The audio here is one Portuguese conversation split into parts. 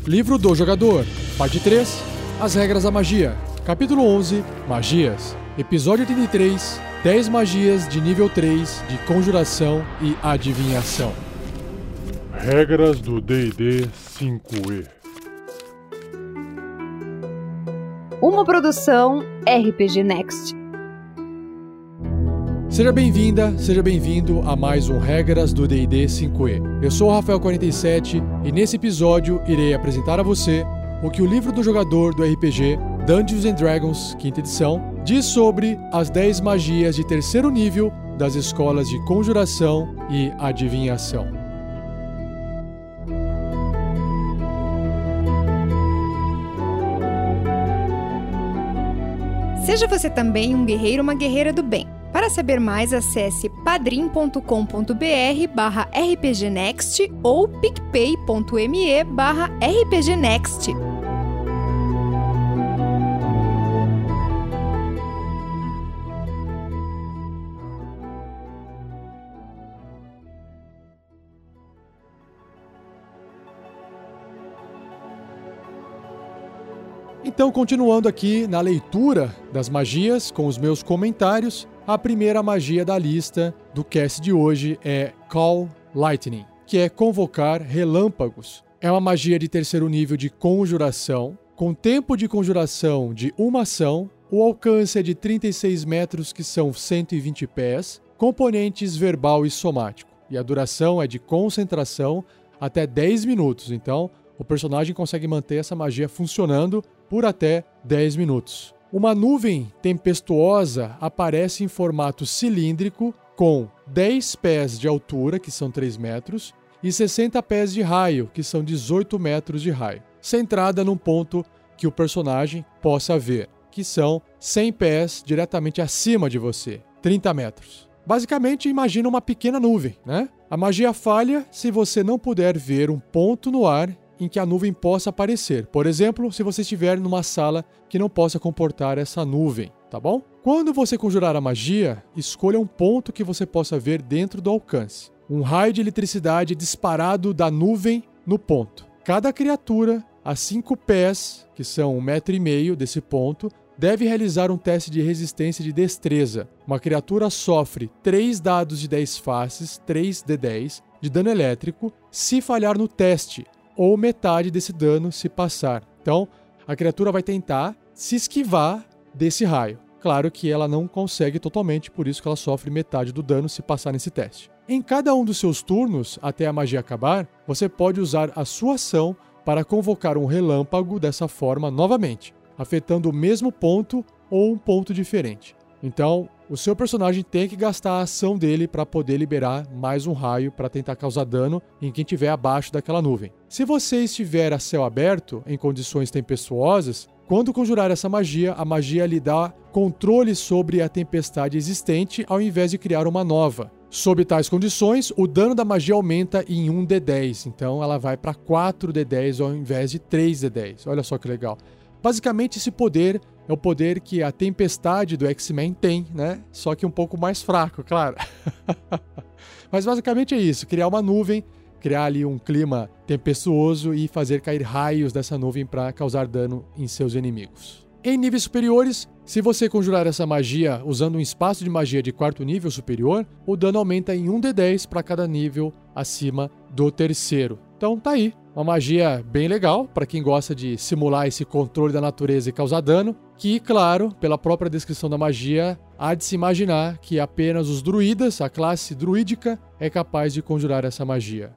Livro do Jogador, Parte 3, As Regras da Magia, Capítulo 11, Magias, Episódio 83, 10 magias de nível 3 de conjuração e adivinhação. Regras do D&D 5e. Uma produção RPG Next. Seja bem-vinda, seja bem-vindo a mais um Regras do D&D 5e. Eu sou o Rafael47 e nesse episódio irei apresentar a você o que o livro do jogador do RPG Dungeons & Dragons, 5ª edição, diz sobre as 10 magias de terceiro nível das escolas de conjuração e adivinhação. Seja você também um guerreiro ou uma guerreira do bem. Para saber mais, acesse padrim.com.br/rpgnext ou picpay.me/rpgnext. Então, continuando aqui na leitura das magias com os meus comentários, a primeira magia da lista do cast de hoje é Call Lightning, que é convocar relâmpagos. É uma magia de terceiro nível de conjuração, com tempo de conjuração de uma ação, o alcance é de 36 metros, que são 120 pés, componentes verbal e somático, e a duração é de concentração até 10 minutos, então o personagem consegue manter essa magia funcionando por até 10 minutos. Uma nuvem tempestuosa aparece em formato cilíndrico com 10 pés de altura, que são 3 metros, e 60 pés de raio, que são 18 metros de raio, centrada num ponto que o personagem possa ver, que são 100 pés diretamente acima de você, 30 metros. Basicamente, imagina uma pequena nuvem, né? A magia falha se você não puder ver um ponto no ar em que a nuvem possa aparecer. Por exemplo, se você estiver numa sala que não possa comportar essa nuvem, tá bom? Quando você conjurar a magia, escolha um ponto que você possa ver dentro do alcance. Um raio de eletricidade disparado da nuvem no ponto. Cada criatura a 5 pés, que são 1,5 metro desse ponto, deve realizar um teste de resistência de destreza. Uma criatura sofre 3 dados de 10 faces, 3d10, de dano elétrico, se falhar no teste, ou metade desse dano se passar. Então, a criatura vai tentar se esquivar desse raio. Claro que ela não consegue totalmente, por isso que ela sofre metade do dano se passar nesse teste. Em cada um dos seus turnos, até a magia acabar, você pode usar a sua ação para convocar um relâmpago dessa forma novamente, afetando o mesmo ponto ou um ponto diferente. Então, o seu personagem tem que gastar a ação dele para poder liberar mais um raio para tentar causar dano em quem estiver abaixo daquela nuvem. Se você estiver a céu aberto, em condições tempestuosas, quando conjurar essa magia, a magia lhe dá controle sobre a tempestade existente ao invés de criar uma nova. Sob tais condições, o dano da magia aumenta em 1d10, então ela vai para 4d10 ao invés de 3d10. Olha só que legal. Basicamente, esse poder é o poder que a tempestade do X-Men tem, né? Só que um pouco mais fraco, claro. Mas basicamente é isso, criar uma nuvem, criar ali um clima tempestuoso e fazer cair raios dessa nuvem para causar dano em seus inimigos. Em níveis superiores, se você conjurar essa magia usando um espaço de magia de 4º nível superior, o dano aumenta em 1d10 para cada nível acima do 3º. Então tá aí, uma magia bem legal para quem gosta de simular esse controle da natureza e causar dano, que, claro, pela própria descrição da magia, há de se imaginar que apenas os druidas, a classe druídica, é capaz de conjurar essa magia.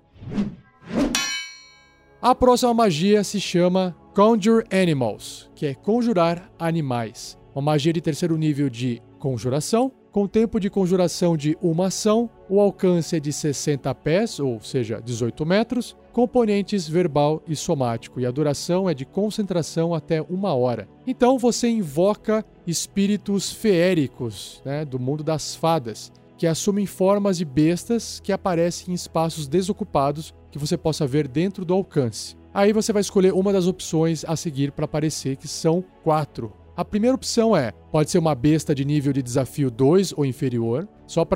A próxima magia se chama Conjure Animals, que é conjurar animais. Uma magia de terceiro nível de conjuração, com tempo de conjuração de uma ação, o alcance é de 60 pés, ou seja, 18 metros, componentes verbal e somático, e a duração é de concentração até 1 hora. Então você invoca espíritos feéricos, né, do mundo das fadas, que assumem formas de bestas que aparecem em espaços desocupados que você possa ver dentro do alcance. Aí você vai escolher uma das opções a seguir para aparecer, que são 4. A primeira opção pode ser uma besta de nível de desafio 2 ou inferior, só para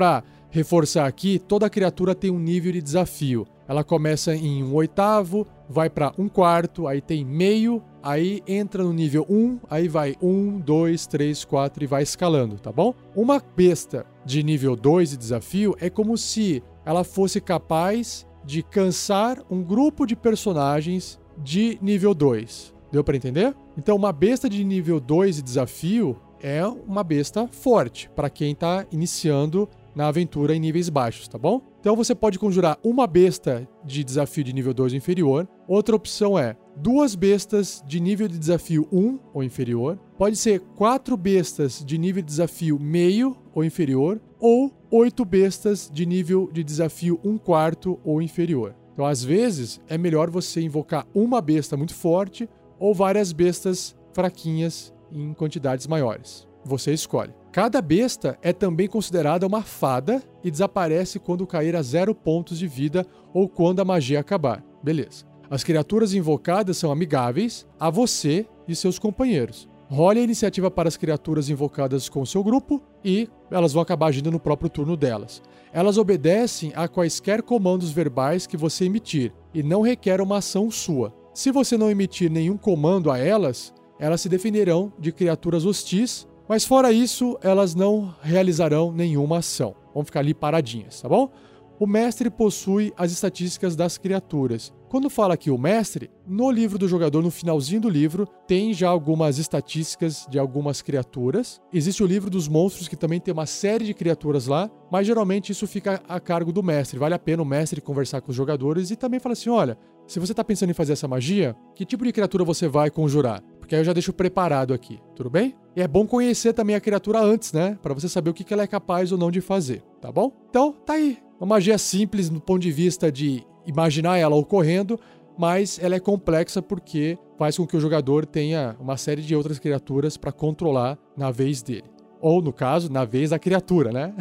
reforçar aqui, toda criatura tem um nível de desafio. Ela começa em 1/8, vai para 1/4, aí tem meio, aí entra no nível 1, aí vai 1, 2, 3, 4 e vai escalando, tá bom? Uma besta de nível 2 de desafio é como se ela fosse capaz de cansar um grupo de personagens de nível 2. Deu para entender? Então, uma besta de nível 2 de desafio é uma besta forte para quem está iniciando na aventura em níveis baixos, tá bom? Então você pode conjurar uma besta de desafio de nível 2 ou inferior. Outra opção é 2 bestas de nível de desafio 1 ou inferior. Pode ser 4 bestas de nível de desafio meio ou inferior. Ou 8 bestas de nível de desafio 1/4 ou inferior. Então, às vezes, é melhor você invocar uma besta muito forte ou várias bestas fraquinhas em quantidades maiores. Você escolhe. Cada besta é também considerada uma fada e desaparece quando cair a 0 pontos de vida ou quando a magia acabar. Beleza. As criaturas invocadas são amigáveis a você e seus companheiros. Role a iniciativa para as criaturas invocadas com seu grupo e elas vão acabar agindo no próprio turno delas. Elas obedecem a quaisquer comandos verbais que você emitir e não requer uma ação sua. Se você não emitir nenhum comando a elas, elas se defenderão de criaturas hostis, mas fora isso, elas não realizarão nenhuma ação. Vão ficar ali paradinhas, tá bom? O mestre possui as estatísticas das criaturas. Quando fala aqui o mestre, no livro do jogador, no finalzinho do livro, tem já algumas estatísticas de algumas criaturas. Existe o livro dos monstros, que também tem uma série de criaturas lá, mas geralmente isso fica a cargo do mestre. Vale a pena o mestre conversar com os jogadores e também falar assim, olha, se você está pensando em fazer essa magia, que tipo de criatura você vai conjurar? Porque aí eu já deixo preparado aqui, tudo bem? E é bom conhecer também a criatura antes, né? Para você saber o que ela é capaz ou não de fazer, tá bom? Então, tá aí. Uma magia simples do ponto de vista de imaginar ela ocorrendo, mas ela é complexa porque faz com que o jogador tenha uma série de outras criaturas para controlar na vez dele. Ou, no caso, na vez da criatura, né?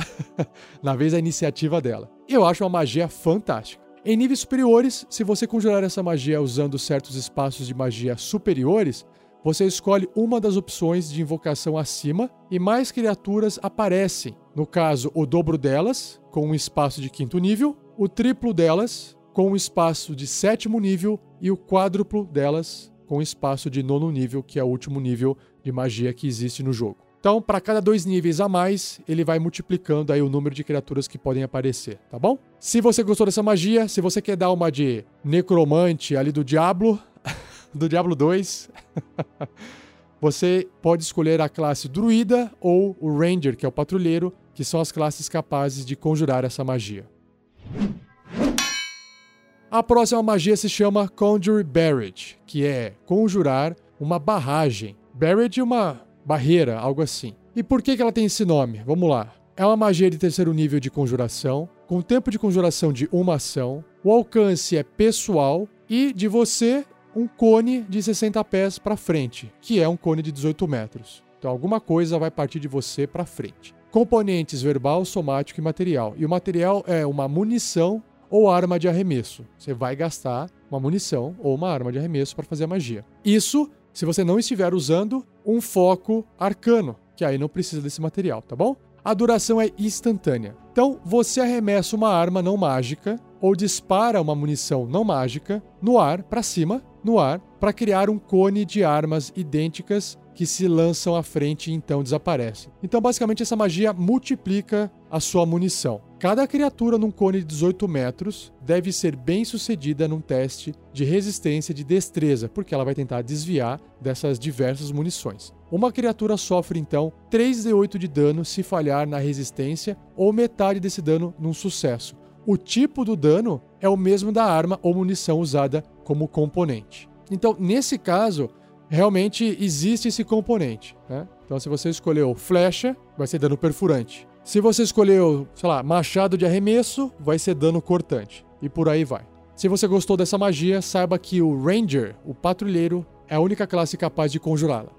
Na vez da iniciativa dela. Eu acho uma magia fantástica. Em níveis superiores, se você conjurar essa magia usando certos espaços de magia superiores, você escolhe uma das opções de invocação acima e mais criaturas aparecem. No caso, o dobro delas, com um espaço de 5º nível, o triplo delas, com um espaço de 7º nível, e o quádruplo delas, com um espaço de 9º nível, que é o último nível de magia que existe no jogo. Então, para cada 2 níveis a mais, ele vai multiplicando aí o número de criaturas que podem aparecer, tá bom? Se você gostou dessa magia, se você quer dar uma de necromante ali do Diablo 2, você pode escolher a classe druida ou o ranger, que é o patrulheiro, que são as classes capazes de conjurar essa magia. A próxima magia se chama Conjure Barrage, que é conjurar uma barragem. Barrage é uma barreira, algo assim. E por que ela tem esse nome? Vamos lá. É uma magia de 3º nível de conjuração, com tempo de conjuração de 1 ação, o alcance é pessoal e de você um cone de 60 pés para frente, que é um cone de 18 metros. Então alguma coisa vai partir de você para frente. Componentes verbal, somático e material. E o material é uma munição ou arma de arremesso. Você vai gastar uma munição ou uma arma de arremesso para fazer a magia. Isso se você não estiver usando um foco arcano, que aí não precisa desse material, tá bom? A duração é instantânea. Então, você arremessa uma arma não mágica ou dispara uma munição não mágica no ar, para cima, no ar, para criar um cone de armas idênticas que se lançam à frente e então desaparecem. Então, basicamente, essa magia multiplica a sua munição. Cada criatura num cone de 18 metros deve ser bem sucedida num teste de resistência de destreza, porque ela vai tentar desviar dessas diversas munições. Uma criatura sofre, então, 3d8 de dano se falhar na resistência ou metade desse dano num sucesso. O tipo do dano é o mesmo da arma ou munição usada como componente. Então, nesse caso, realmente existe esse componente, né? Então, se você escolheu flecha, vai ser dano perfurante. Se você escolheu, sei lá, machado de arremesso, vai ser dano cortante. E por aí vai. Se você gostou dessa magia, saiba que o Ranger, o patrulheiro, é a única classe capaz de conjurá-la.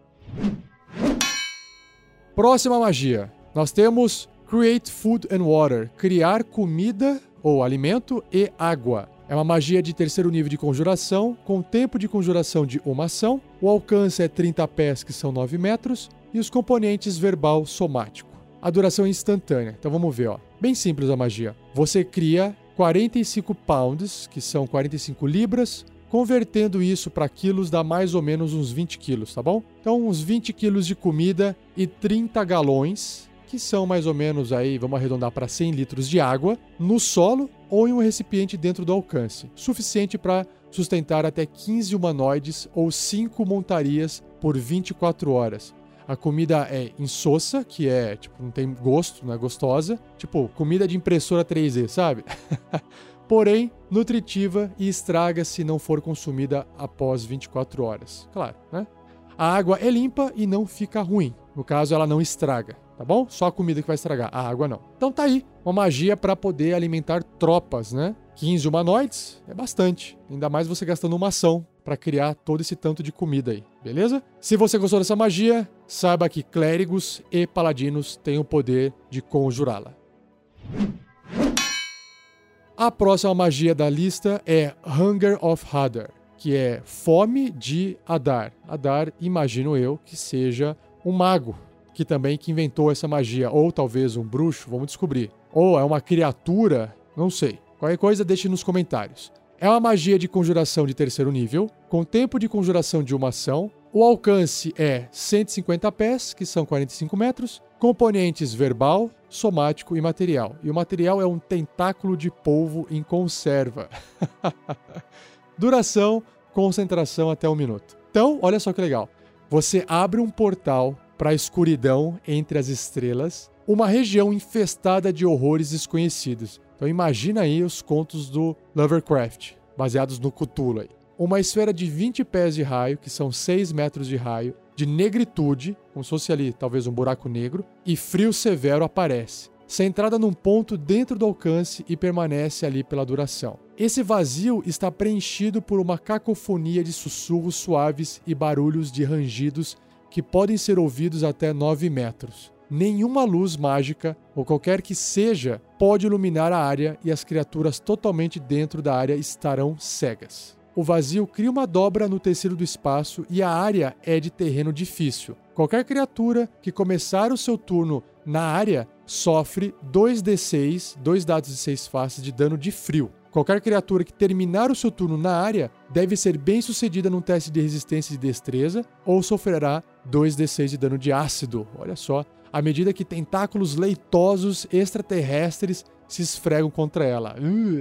Próxima magia. Nós temos Create Food and Water, criar comida ou alimento e água. É uma magia de 3º nível de conjuração, com tempo de conjuração de 1 ação, o alcance é 30 pés, que são 9 metros, e os componentes verbal somático. a duração é instantânea. Então vamos ver, ó. Bem simples a magia. Você cria 45 pounds, que são 45 libras, convertendo isso para quilos dá mais ou menos uns 20 quilos, tá bom? Então uns 20 quilos de comida e 30 galões, que são mais ou menos aí, vamos arredondar para 100 litros de água, no solo ou em um recipiente dentro do alcance, suficiente para sustentar até 15 humanoides ou 5 montarias por 24 horas. A comida é insossa, que é, tipo, não tem gosto, não é gostosa. Tipo, comida de impressora 3D, sabe? Porém, nutritiva e estraga se não for consumida após 24 horas. Claro, né? A água é limpa e não fica ruim. No caso, ela não estraga, tá bom? Só a comida que vai estragar, a água não. Então tá aí, uma magia para poder alimentar tropas, né? 15 humanoides é bastante. Ainda mais você gastando uma ação para criar todo esse tanto de comida aí, beleza? Se você gostou dessa magia, saiba que clérigos e paladinos têm o poder de conjurá-la. A próxima magia da lista é Hunger of Hadar, que é fome de Hadar. Hadar, imagino eu, que seja um mago, que inventou essa magia, ou talvez um bruxo, vamos descobrir. Ou é uma criatura, não sei. Qualquer coisa, deixe nos comentários. É uma magia de conjuração de 3º nível, com tempo de conjuração de uma ação. O alcance é 150 pés, que são 45 metros. Componentes verbal, somático e material. E o material é um tentáculo de polvo em conserva. Duração, concentração até 1 minuto. Então, olha só que legal. Você abre um portal para a escuridão entre as estrelas, uma região infestada de horrores desconhecidos. Então imagina aí os contos do Lovecraft, baseados no Cthulhu aí. Uma esfera de 20 pés de raio, que são 6 metros de raio, de negritude, como se fosse ali talvez um buraco negro, e frio severo aparece, centrada num ponto dentro do alcance e permanece ali pela duração. Esse vazio está preenchido por uma cacofonia de sussurros suaves e barulhos de rangidos que podem ser ouvidos até 9 metros. Nenhuma luz mágica, ou qualquer que seja, pode iluminar a área e as criaturas totalmente dentro da área estarão cegas. O vazio cria uma dobra no tecido do espaço e a área é de terreno difícil. Qualquer criatura que começar o seu turno na área sofre 2d6, 2 dados de 6 faces de dano de frio. Qualquer criatura que terminar o seu turno na área deve ser bem sucedida num teste de resistência de destreza ou sofrerá 2d6 de dano de ácido. Olha só, à medida que tentáculos leitosos extraterrestres se esfregam contra ela.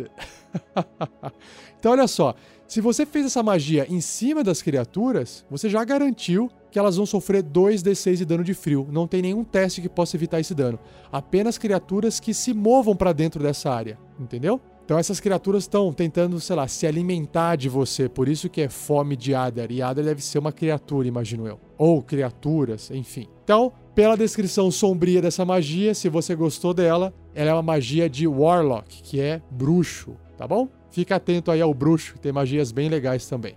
Então olha só, se você fez essa magia em cima das criaturas, você já garantiu que elas vão sofrer 2d6 de dano de frio. Não tem nenhum teste que possa evitar esse dano. Apenas criaturas que se movam para dentro dessa área, entendeu? Então essas criaturas estão tentando, sei lá, se alimentar de você, por isso que é fome de Hadar. E Hadar deve ser uma criatura, imagino eu. Ou criaturas, enfim. Então, pela descrição sombria dessa magia, se você gostou dela, ela é uma magia de Warlock, que é bruxo, tá bom? Fica atento aí ao bruxo, que tem magias bem legais também.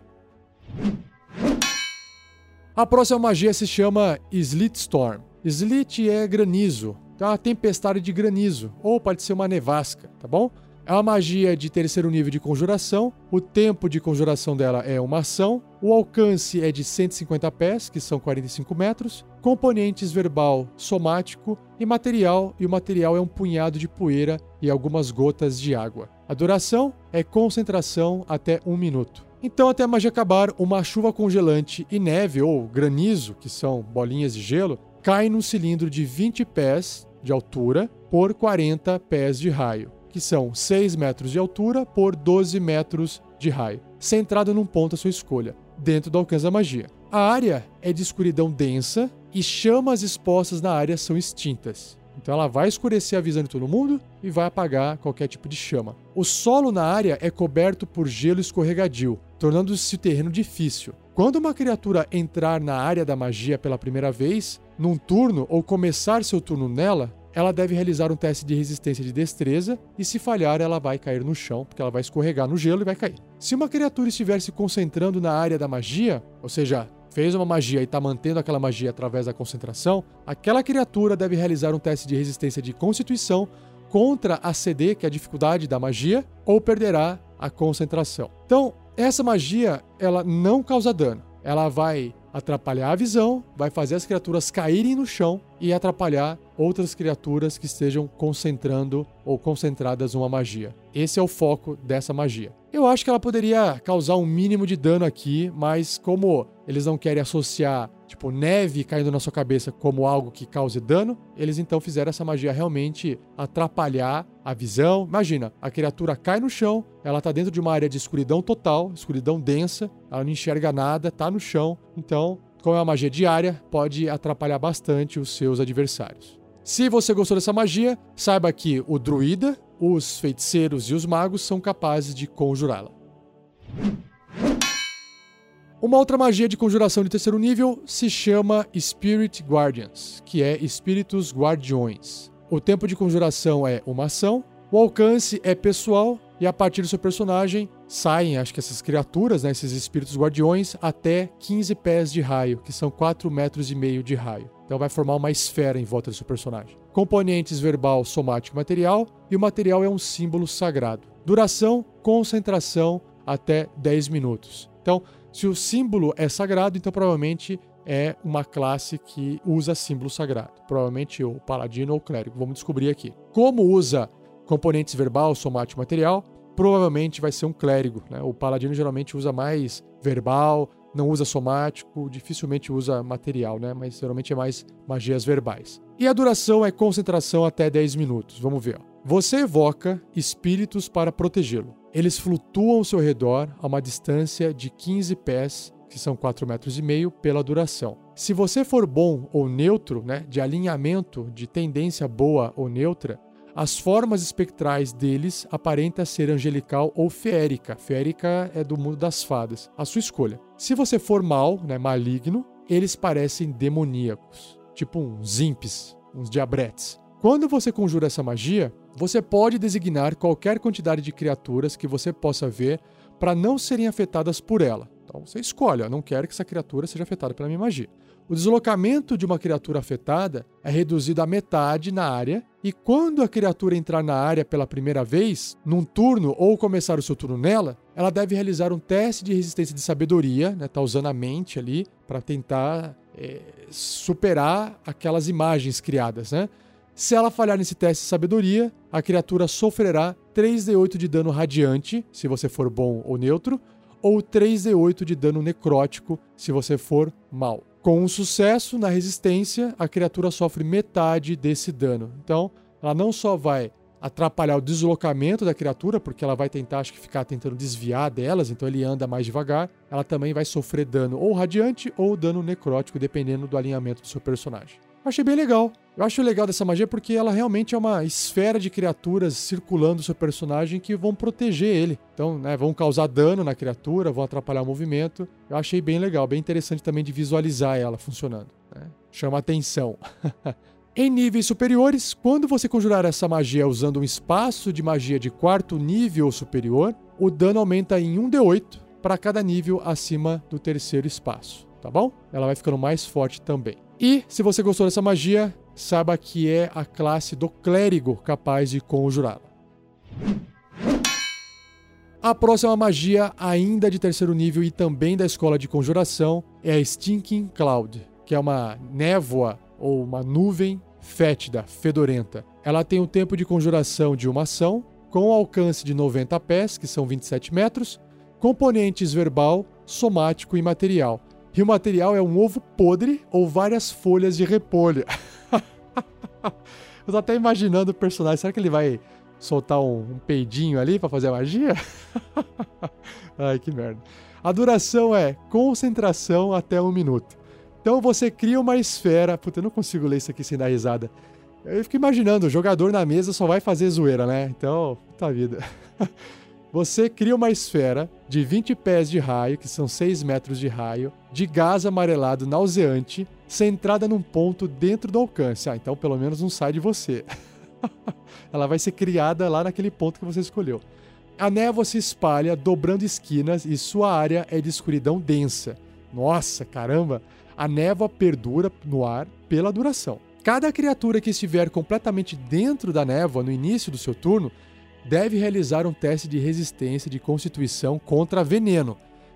A próxima magia se chama Sleet Storm. Sleet é granizo, então é uma tempestade de granizo, ou pode ser uma nevasca, tá bom? É uma magia de 3º nível de conjuração, o tempo de conjuração dela é uma ação, o alcance é de 150 pés, que são 45 metros, componentes verbal, somático e o material é um punhado de poeira e algumas gotas de água. A duração é concentração até 1 minuto. Então, até a magia acabar, uma chuva congelante e neve, ou granizo, que são bolinhas de gelo, cai num cilindro de 20 pés de altura por 40 pés de raio, que são 6 metros de altura por 12 metros de raio, centrado num ponto à sua escolha, dentro do alcance da magia. A área é de escuridão densa e chamas expostas na área são extintas. Então ela vai escurecer a visão de todo mundo e vai apagar qualquer tipo de chama. O solo na área é coberto por gelo escorregadio, tornando-se terreno difícil. Quando uma criatura entrar na área da magia pela primeira vez, num turno ou começar seu turno nela, ela deve realizar um teste de resistência de destreza e se falhar ela vai cair no chão, porque ela vai escorregar no gelo e vai cair. Se uma criatura estiver se concentrando na área da magia, ou seja, fez uma magia e está mantendo aquela magia através da concentração, aquela criatura deve realizar um teste de resistência de constituição contra a CD, que é a dificuldade da magia, ou perderá a concentração. Então, essa magia, ela não causa dano. Ela vai atrapalhar a visão, vai fazer as criaturas caírem no chão e atrapalhar outras criaturas que estejam concentrando ou concentradas uma magia. Esse é o foco dessa magia. Eu acho que ela poderia causar um mínimo de dano aqui, mas como eles não querem associar, tipo, neve caindo na sua cabeça como algo que cause dano, eles então fizeram essa magia realmente atrapalhar a visão. Imagina, a criatura cai no chão, ela tá dentro de uma área de escuridão total, escuridão densa, ela não enxerga nada, tá no chão, então, como é uma magia diária, pode atrapalhar bastante os seus adversários. Se você gostou dessa magia, saiba que o druida, os feiticeiros e os magos são capazes de conjurá-la. Uma outra magia de conjuração de terceiro nível se chama Spirit Guardians, que é espíritos guardiões. O tempo de conjuração é uma ação, o alcance é pessoal e a partir do seu personagem saem, acho que essas criaturas, né, esses espíritos guardiões, até 15 pés de raio, que são 4,5 metros de raio. Então vai formar uma esfera em volta do seu personagem. Componentes verbal, somático e material, e o material é um símbolo sagrado. Duração, concentração, até 10 minutos. Então, se o símbolo é sagrado, então provavelmente é uma classe que usa símbolo sagrado. Provavelmente o paladino ou o clérigo. Vamos descobrir aqui. Como usa componentes verbal, somático e material, provavelmente vai ser um clérigo, né? O paladino geralmente usa mais verbal, não usa somático, dificilmente usa material, né? Mas geralmente é mais magias verbais. E a duração é concentração até 10 minutos. Vamos ver. Você evoca espíritos para protegê-lo. Eles flutuam ao seu redor a uma distância de 15 pés, que são 4,5 metros, pela duração. Se você for bom ou neutro, né, de alinhamento, de tendência boa ou neutra, as formas espectrais deles aparentam ser angelical ou feérica. Feérica é do mundo das fadas. A sua escolha. Se você for mal, né, maligno, eles parecem demoníacos. Tipo uns imps, uns diabretes. Quando você conjura essa magia, você pode designar qualquer quantidade de criaturas que você possa ver para não serem afetadas por ela. Então você escolhe, eu não quero que essa criatura seja afetada pela minha magia. O deslocamento de uma criatura afetada é reduzido à metade na área, e quando a criatura entrar na área pela primeira vez, num turno ou começar o seu turno nela, ela deve realizar um teste de resistência de sabedoria, né? Tá usando a mente ali para tentar superar aquelas imagens criadas, né? Se ela falhar nesse teste de sabedoria, a criatura sofrerá 3d8 de dano radiante, se você for bom ou neutro, ou 3d8 de dano necrótico, se você for mal. Com um sucesso na resistência, a criatura sofre metade desse dano. Então, ela não só vai atrapalhar o deslocamento da criatura, porque ela vai tentar, acho que ficar tentando desviar delas, então ele anda mais devagar, ela também vai sofrer dano ou radiante ou dano necrótico, dependendo do alinhamento do seu personagem. Achei bem legal. Eu acho legal dessa magia porque ela realmente é uma esfera de criaturas circulando o seu personagem que vão proteger ele. Então, né, vão causar dano na criatura, vão atrapalhar o movimento. Eu achei bem legal, bem interessante também de visualizar ela funcionando, né? Chama atenção. Em níveis superiores, quando você conjurar essa magia usando um espaço de magia de 4º nível ou superior, o dano aumenta em 1d8 para cada nível acima do 3º espaço, tá bom? Ela vai ficando mais forte também. E, se você gostou dessa magia, saiba que é a classe do clérigo capaz de conjurá-la. A próxima magia, ainda de 3º nível e também da escola de conjuração, é a Stinking Cloud, que é uma névoa ou uma nuvem fétida, fedorenta. Ela tem um tempo de conjuração de uma ação, com alcance de 90 pés, que são 27 metros, componentes verbal, somático e material. E o material é um ovo podre ou várias folhas de repolho. Eu tô até imaginando o personagem. Será que ele vai soltar um peidinho ali pra fazer a magia? Ai, que merda. A duração é concentração até 1 minuto. Então você cria uma esfera... Puta, eu não consigo ler isso aqui sem dar risada. Eu fico imaginando, o jogador na mesa só vai fazer zoeira, né? Então, puta vida. Você cria uma esfera de 20 pés de raio, que são 6 metros de raio, de gás amarelado nauseante, centrada num ponto dentro do alcance. Ah, então pelo menos não sai de você. Ela vai ser criada lá naquele ponto que você escolheu. A névoa se espalha, dobrando esquinas, e sua área é de escuridão densa. Nossa, caramba! A névoa perdura no ar pela duração. Cada criatura que estiver completamente dentro da névoa no início do seu turno deve realizar um teste de resistência de constituição contra veneno.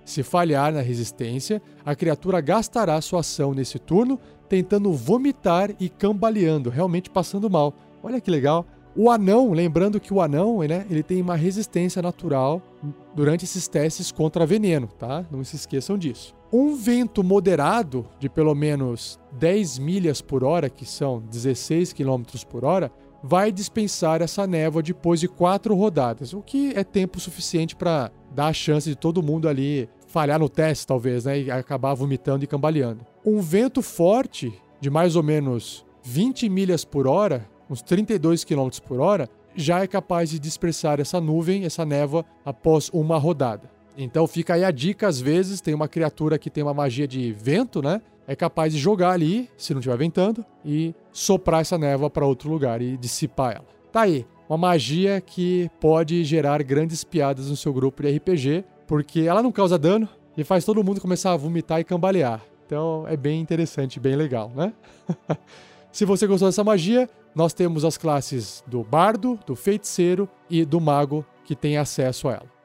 Se falhar na resistência, a criatura gastará sua ação nesse turno tentando vomitar e cambaleando, realmente passando mal. Olha que legal. O anão, lembrando que o anão, né, ele tem uma resistência natural durante esses testes contra veneno, tá? Não se esqueçam disso. Um vento moderado de pelo menos 10 milhas por hora, que são 16 km por hora, vai dispensar essa névoa depois de 4 rodadas, o que é tempo suficiente para dar a chance de todo mundo ali falhar no teste, talvez, né, e acabar vomitando e cambaleando. Um vento forte de mais ou menos 20 milhas por hora, uns 32 km por hora, já é capaz de dispersar essa nuvem, essa névoa, após uma rodada. Então fica aí a dica, às vezes, tem uma criatura que tem uma magia de vento, né? É capaz de jogar ali, se não estiver ventando, e soprar essa névoa para outro lugar e dissipar ela. Tá aí, uma magia que pode gerar grandes piadas no seu grupo de RPG, porque ela não causa dano e faz todo mundo começar a vomitar e cambalear. Então é bem interessante, bem legal, né? Se você gostou dessa magia, nós temos as classes do Bardo, do Feiticeiro e do Mago que têm acesso a ela.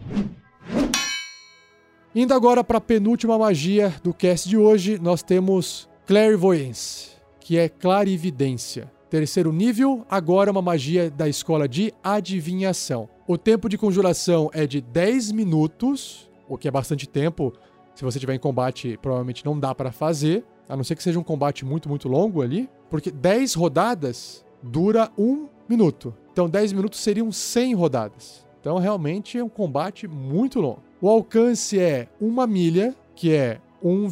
Indo agora para a penúltima magia do cast de hoje, nós temos Clairvoyance, que é clarividência. Terceiro nível, agora uma magia da escola de adivinhação. O tempo de conjuração é de 10 minutos, o que é bastante tempo. Se você estiver em combate, provavelmente não dá para fazer, a não ser que seja um combate muito, muito longo ali, porque 10 rodadas dura 1 minuto. Então 10 minutos seriam 100 rodadas. Então realmente é um combate muito longo. O alcance é 1 milha, que é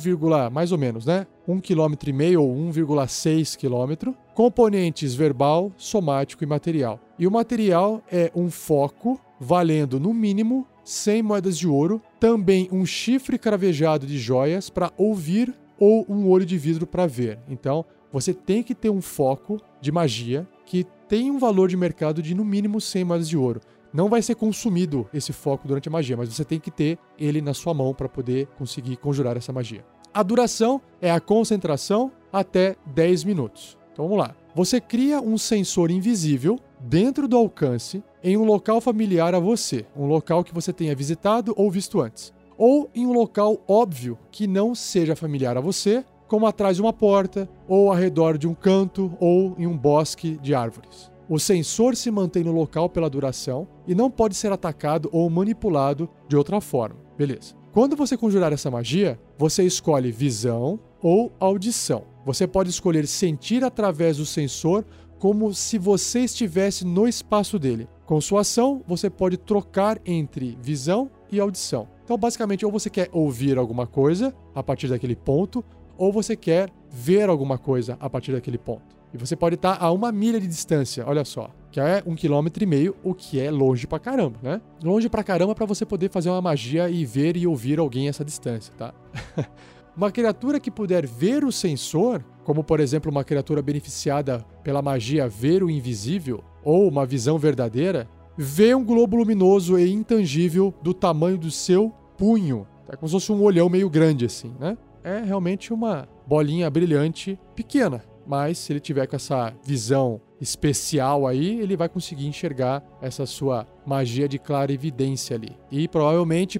mais ou menos, né? 1,5 km ou 1,6 km. Componentes verbal, somático e material. E o material é um foco, valendo no mínimo 100 moedas de ouro, também um chifre cravejado de joias para ouvir ou um olho de vidro para ver. Então, você tem que ter um foco de magia que tem um valor de mercado de no mínimo 100 moedas de ouro. Não vai ser consumido esse foco durante a magia, mas você tem que ter ele na sua mão para poder conseguir conjurar essa magia. A duração é a concentração até 10 minutos. Então vamos lá. Você cria um sensor invisível dentro do alcance em um local familiar a você, um local que você tenha visitado ou visto antes, ou em um local óbvio que não seja familiar a você, como atrás de uma porta, ou ao redor de um canto, ou em um bosque de árvores. O sensor se mantém no local pela duração e não pode ser atacado ou manipulado de outra forma. Beleza. Quando você conjurar essa magia, você escolhe visão ou audição. Você pode escolher sentir através do sensor como se você estivesse no espaço dele. Com sua ação, você pode trocar entre visão e audição. Então, basicamente, ou você quer ouvir alguma coisa a partir daquele ponto, ou você quer ver alguma coisa a partir daquele ponto. E você pode estar a 1 milha de distância, olha só, que é 1,5 km, o que é longe pra caramba, né? Longe pra caramba pra você poder fazer uma magia e ver e ouvir alguém a essa distância, tá? Uma criatura que puder ver o sensor, como por exemplo uma criatura beneficiada pela magia ver o invisível, ou uma visão verdadeira, vê um globo luminoso e intangível do tamanho do seu punho. É como se fosse um olhão meio grande assim, né? É realmente uma bolinha brilhante pequena. Mas se ele tiver com essa visão especial aí, ele vai conseguir enxergar essa sua magia de clarividência ali. E provavelmente,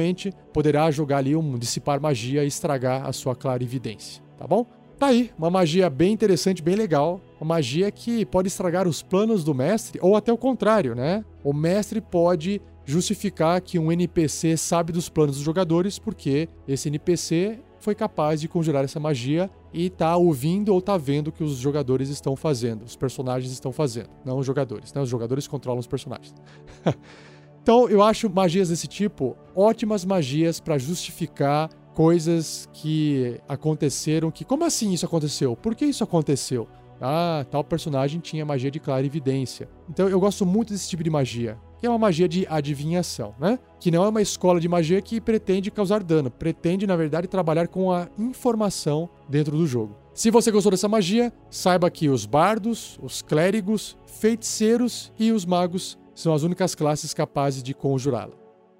poderá jogar ali um dissipar magia e estragar a sua clarividência, tá bom? Tá aí, uma magia bem interessante, bem legal. Uma magia que pode estragar os planos do mestre, ou até o contrário, né? O mestre pode justificar que um NPC sabe dos planos dos jogadores, porque esse NPC foi capaz de conjurar essa magia e tá ouvindo ou tá vendo o que os jogadores estão fazendo, os personagens estão fazendo, não os jogadores, né? Os jogadores controlam os personagens. Então, eu acho magias desse tipo ótimas magias para justificar coisas que aconteceram, como assim isso aconteceu? Por que isso aconteceu? Ah, tal personagem tinha magia de clarividência. Então eu gosto muito desse tipo de magia, que é uma magia de adivinhação, né? Que não é uma escola de magia que pretende causar dano, pretende, na verdade, trabalhar com a informação dentro do jogo. Se você gostou dessa magia, saiba que os bardos, os clérigos, feiticeiros e os magos são as únicas classes capazes de conjurá-la.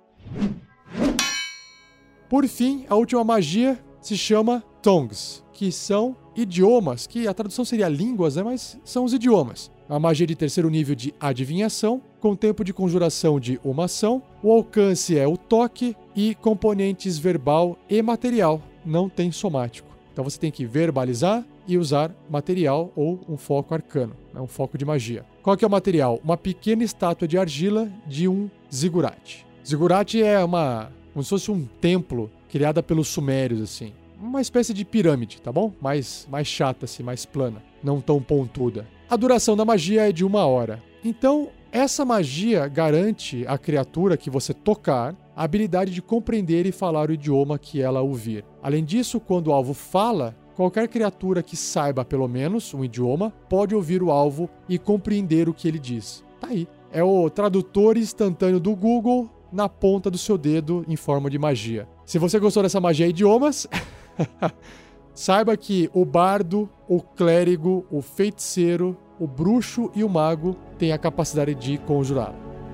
Por fim, a última magia se chama Tongues, que são idiomas, que a tradução seria línguas, né? Mas são os idiomas. A magia de terceiro nível de adivinhação, com tempo de conjuração de uma ação, o alcance é o toque e componentes verbal e material, não tem somático. Então você tem que verbalizar e usar material ou um foco arcano, um foco de magia. Qual que é o material? Uma pequena estátua de argila de um zigurate. Zigurate é como se fosse um templo criado pelos sumérios, assim. Uma espécie de pirâmide, tá bom? Mais chata, assim, mais plana, não tão pontuda. A duração da magia é de 1 hora. Então, essa magia garante à criatura que você tocar a habilidade de compreender e falar o idioma que ela ouvir. Além disso, quando o alvo fala, qualquer criatura que saiba pelo menos um idioma pode ouvir o alvo e compreender o que ele diz. Tá aí. É o tradutor instantâneo do Google na ponta do seu dedo em forma de magia. Se você gostou dessa magia idiomas, saiba que o bardo, o clérigo, o feiticeiro, o bruxo e o mago têm a capacidade de conjurá-la.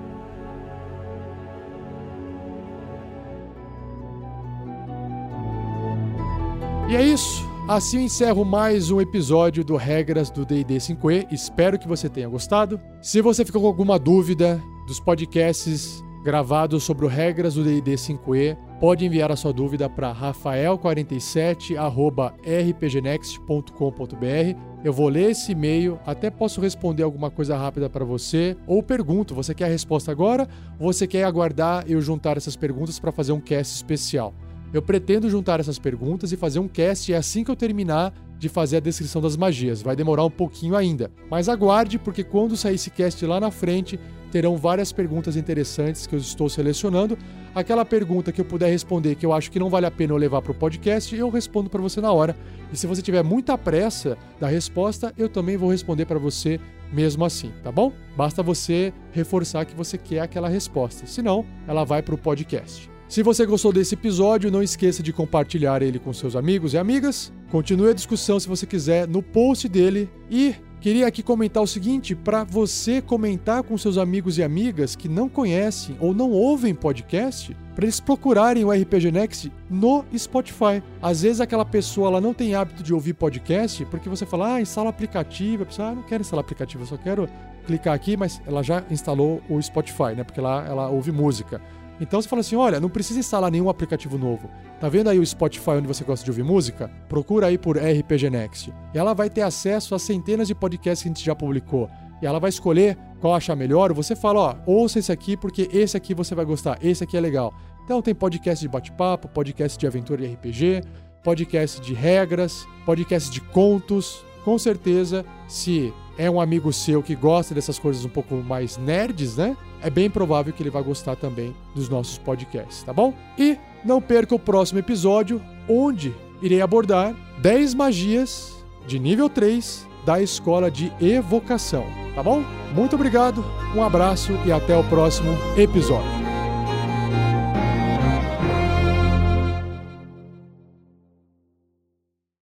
E é isso. Assim eu encerro mais um episódio do Regras do D&D 5e. Espero que você tenha gostado. Se você ficou com alguma dúvida dos podcasts gravados sobre o Regras do D&D 5e, pode enviar a sua dúvida para rafael47@rpgnext.com.br. Eu vou ler esse e-mail, até posso responder alguma coisa rápida para você, ou pergunto, você quer a resposta agora ou você quer aguardar eu juntar essas perguntas para fazer um cast especial? Eu pretendo juntar essas perguntas e fazer um cast assim que eu terminar de fazer a descrição das magias. Vai demorar um pouquinho ainda, mas aguarde, porque quando sair esse cast lá na frente, terão várias perguntas interessantes que eu estou selecionando. Aquela pergunta que eu puder responder, que eu acho que não vale a pena eu levar para o podcast, eu respondo para você na hora. E se você tiver muita pressa da resposta, eu também vou responder para você mesmo assim, tá bom? Basta você reforçar que você quer aquela resposta, senão ela vai para o podcast. Se você gostou desse episódio, não esqueça de compartilhar ele com seus amigos e amigas. Continue a discussão, se você quiser, no post dele. E queria aqui comentar o seguinte, para você comentar com seus amigos e amigas que não conhecem ou não ouvem podcast, para eles procurarem o RPG Next no Spotify. Às vezes aquela pessoa ela não tem hábito de ouvir podcast, porque você fala, instala o aplicativo. A pessoa, não quero instalar aplicativo, eu só quero clicar aqui, mas ela já instalou o Spotify, né? Porque lá ela ouve música. Então você fala assim, olha, não precisa instalar nenhum aplicativo novo. Tá vendo aí o Spotify onde você gosta de ouvir música? Procura aí por RPG Next. E ela vai ter acesso a centenas de podcasts que a gente já publicou. E ela vai escolher qual achar melhor. Você fala, ouça esse aqui porque esse aqui você vai gostar, esse aqui é legal. Então tem podcast de bate-papo, podcast de aventura e RPG, podcast de regras, podcast de contos. Com certeza, se é um amigo seu que gosta dessas coisas um pouco mais nerds, né? É bem provável que ele vai gostar também dos nossos podcasts, tá bom? E não perca o próximo episódio, onde irei abordar 10 magias de nível 3 da Escola de Evocação, tá bom? Muito obrigado, um abraço e até o próximo episódio.